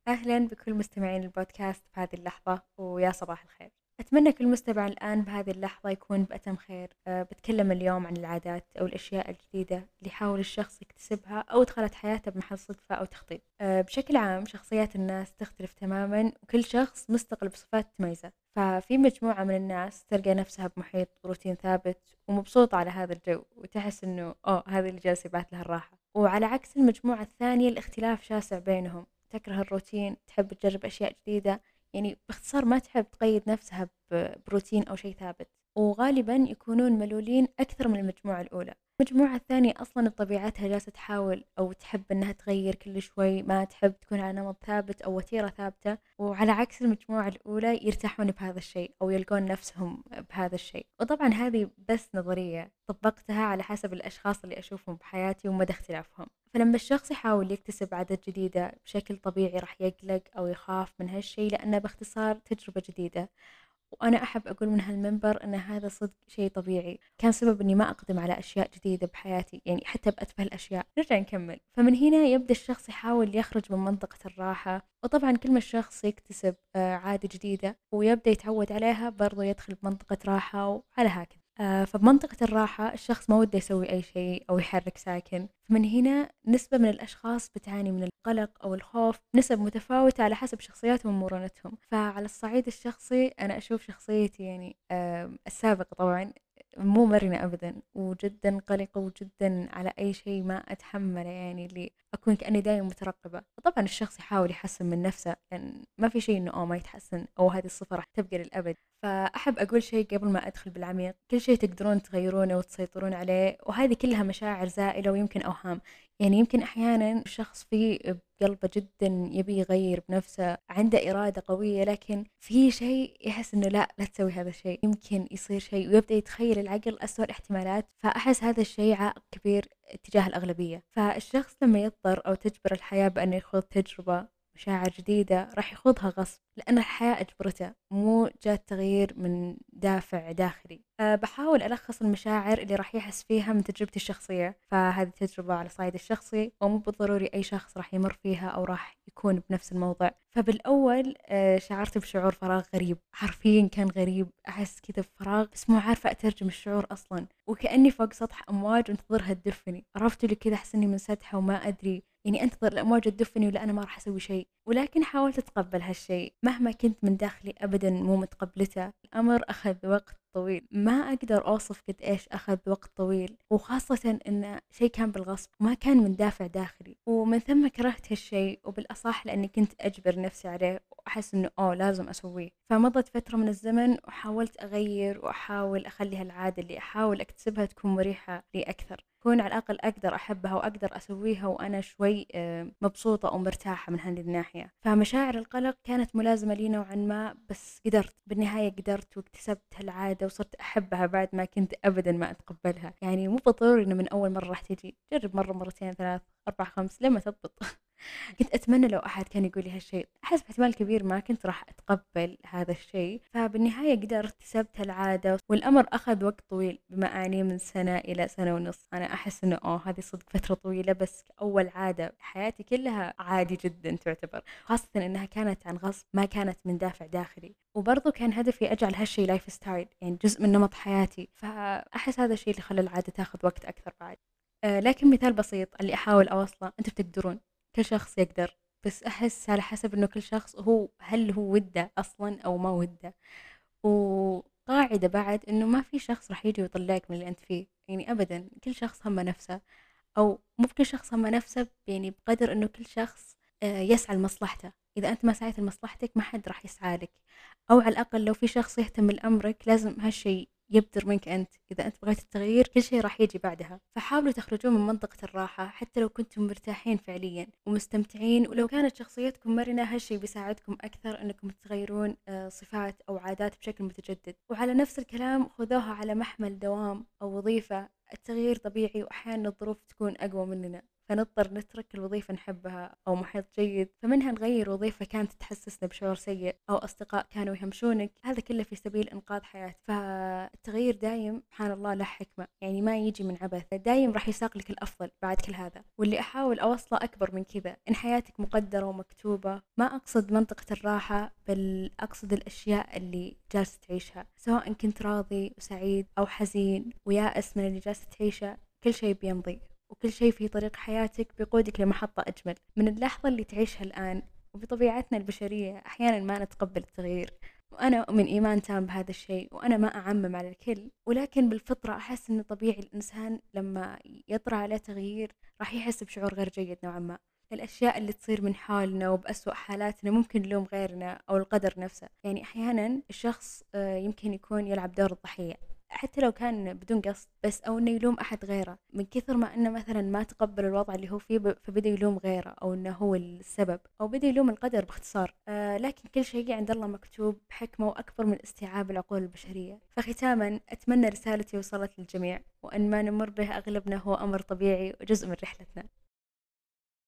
أهلا بكل مستمعين البودكاست بهذه اللحظة ويا صباح الخير. أتمنى كل مستمع الآن بهذه اللحظة يكون بأتم خير. بتكلم اليوم عن العادات أو الأشياء الجديدة اللي يحاول الشخص يكتسبها أو دخلت حياته بمحل صدفة أو تخطيط. بشكل عام شخصيات الناس تختلف تماما وكل شخص مستقل بصفات تميزه. ففي مجموعة من الناس تلقى نفسها بمحيط روتين ثابت ومبسوطة على هذا الجو وتحس إنه هذا اللي جالس يبعث لها الراحة، وعلى عكس المجموعة الثانية الاختلاف شاسع بينهم، تكره الروتين، تحب تجرب أشياء جديدة. يعني باختصار ما تحب تقيد نفسها بروتين أو شيء ثابت، وغالبا يكونون ملولين أكثر من المجموعة الأولى. المجموعة الثانية أصلا بطبيعتها جالسة تحاول أو تحب أنها تغير كل شوي، ما تحب تكون على نمط ثابت أو وتيرة ثابتة، وعلى عكس المجموعة الأولى يرتاحون بهذا الشيء أو يلقون نفسهم بهذا الشيء. وطبعا هذه بس نظرية طبقتها على حسب الأشخاص اللي أشوفهم بحياتي ومدى اختلافهم. فلما الشخص يحاول يكتسب عادات جديدة بشكل طبيعي راح يقلق أو يخاف من هالشي، لأنه باختصار تجربة جديدة. وأنا أحب أقول من هالمنبر أن هذا صدق شيء طبيعي، كان سبب إني ما أقدم على أشياء جديدة بحياتي، يعني حتى بأتفه الأشياء. نرجع نكمل. فمن هنا يبدأ الشخص يحاول يخرج من منطقة الراحة، وطبعا كل ما الشخص يكتسب عادة جديدة ويبدأ يتعود عليها برضو يدخل بمنطقة راحة وعلى هكذا. فبمنطقة الراحة الشخص ما وده يسوي أي شيء أو يحرك ساكن. فمن هنا نسبة من الأشخاص بتعاني من القلق أو الخوف بنسب متفاوتة على حسب شخصياتهم ومرونتهم. فعلى الصعيد الشخصي أنا أشوف شخصيتي يعني السابقة طبعا مو مرنة أبدا، وجدا قلقة وجدا على أي شيء ما أتحمله، يعني اللي أكون كأني دايما مترقبة. فطبعا الشخص يحاول يحسن من نفسه، لأن ما في شيء إنه ما يتحسن أو هذه الصفة راح تبقى للأبد. فأحب أقول شيء قبل ما أدخل بالعميق: كل شيء تقدرون تغيرونه وتسيطرون عليه، وهذه كلها مشاعر زائلة ويمكن أوهام. يعني يمكن أحيانا الشخص فيه بقلبه جدا يبي يغير بنفسه، عنده إرادة قوية، لكن في شيء يحس إنه لا تسوي هذا الشيء، يمكن يصير شيء، ويبدأ يتخيل العقل أسوأ الاحتمالات. فأحس هذا الشيء عائق كبير اتجاه الأغلبية. فالشخص لما يضطر أو تجبر الحياة بأنه يخوض تجربة مشاعر جديدة راح يخوضها غصب، لأن الحياة أجبرته، مو جات تغيير من دافع داخلي. بحاول ألخص المشاعر اللي راح يحس فيها من تجربتي الشخصية. فهذه تجربة على الصعيد الشخصي ومو بالضروري أي شخص راح يمر فيها أو راح يكون بنفس الموضع. فبالأول شعرت بشعور فراغ غريب، حرفيا كان غريب، أحس كذا بفراغ بس مو عارفة أترجم الشعور أصلا، وكأني فوق سطح أمواج وانتظرها تدفني. عرفت اللي كذا أحس إني منسدحة وما أدري، يعني أنتظر الأمواج تدفني ولا أنا ما راح أسوي شيء. ولكن حاولت أتقبل هالشيء مهما كنت من داخلي أبدا مو متقبلته. الأمر أخذ وقت طويل، ما أقدر أوصف قد إيش أخذ وقت طويل، وخاصة إنه شيء كان بالغصب ما كان من دافع داخلي. ومن ثم كرهت هالشيء، وبالأصح لأني كنت أجبر نفسي عليه وأحس إنه لازم أسويه. فمضت فترة من الزمن وحاولت أغير وأحاول أخلي هالعادة اللي أحاول أكتسبها تكون مريحة لي أكثر، أكون على الأقل أقدر أحبها وأقدر أسويها وأنا شوي مبسوطة ومرتاحة من هذه الناحية. فمشاعر القلق كانت ملازمة لي نوعا ما، بس قدرت بالنهاية، قدرت واكتسبت هالعادة وصرت أحبها بعد ما كنت أبدا ما أتقبلها. يعني مو بالضروري إنه من أول مرة راح تجي، جرب مرة مرتين ثلاث أربع خمس لما تضبط. كنت أتمنى لو أحد كان يقول لي هالشيء، أحس باحتمال كبير ما كنت راح أتقبل هذا الشيء. فبالنهاية قدرت اكتسبت هالعادة، والأمر أخذ وقت طويل، بما أعني من سنة إلى سنة ونص. أنا أحس إنه هذه صدق فترة طويلة، بس كأول عادة حياتي كلها عادي جدا تعتبر، خاصة إنها كانت عن غصب ما كانت من دافع داخلي. وبرضو كان هدفي أجعل هالشيء لايف ستايل، يعني جزء من نمط حياتي. فأحس هذا الشيء اللي خلى العادة تاخذ وقت أكثر بعد. لكن مثال بسيط اللي أحاول أوصله: أنتم بتقدرون، كل شخص يقدر، بس أحس على حسب إنه كل شخص هل هو وده أصلا أو ما وده. وقاعدة بعد إنه ما في شخص راح يجي ويطلعك من اللي أنت فيه، يعني أبدا. كل شخص هم نفسه، أو مو بكل شخص هم نفسه، يعني بقدر إنه كل شخص يسعى لمصلحته. إذا أنت ما سعيت لمصلحتك ما حد راح يسعى لك، أو على الأقل لو في شخص يهتم لأمرك لازم هالشيء يبدر منك أنت. إذا أنت بغيت التغيير كل شيء راح يجي بعدها. فحاولوا تخرجون من منطقة الراحة حتى لو كنتم مرتاحين فعليا ومستمتعين، ولو كانت شخصيتكم مرنة هالشيء بيساعدكم أكثر أنكم تغيرون صفات أو عادات بشكل متجدد. وعلى نفس الكلام خذوها على محمل دوام أو وظيفة، التغيير طبيعي وأحيانا الظروف تكون أقوى مننا. فنضطر نترك الوظيفة نحبها أو محيط جيد، فمنها نغير وظيفة كانت تحسسنا بشعور سيء أو أصدقاء كانوا يهمشونك، هذا كله في سبيل إنقاذ حياة. فالتغيير دايم سبحان الله له حكمة، يعني ما يجي من عبث، دايم راح يساق لك الأفضل بعد كل هذا. واللي أحاول أوصله أكبر من كذا، إن حياتك مقدرة ومكتوبة. ما أقصد منطقة الراحة، بل أقصد الأشياء اللي جالس تعيشها، سواء كنت راضي وسعيد أو حزين ويائس من اللي جالس تعيشه، كل شيء بيمضي، وكل شيء في طريق حياتك بيقودك لمحطة أجمل من اللحظة اللي تعيشها الآن. وبطبيعتنا البشرية أحيانا ما نتقبل التغيير، وأنا أؤمن إيمان تام بهذا الشيء، وأنا ما أعمم على الكل، ولكن بالفطرة أحس إنه طبيعي الإنسان لما يطرأ عليه تغيير راح يحس بشعور غير جيد نوعا ما. الأشياء اللي تصير من حولنا وبأسوأ حالاتنا ممكن نلوم غيرنا أو القدر نفسه، يعني أحيانا الشخص يمكن يكون يلعب دور الضحية حتى لو كان بدون قصد، بس أو إنه يلوم أحد غيره من كثر ما إنه مثلا ما تقبل الوضع اللي هو فيه، فبدأ يلوم غيره أو إنه هو السبب، أو بدأ يلوم القدر باختصار. لكن كل شيء عند الله مكتوب بحكمة وأكبر من استيعاب العقول البشرية. فختاما أتمنى رسالتي وصلت للجميع، وأن ما نمر به أغلبنا هو أمر طبيعي وجزء من رحلتنا.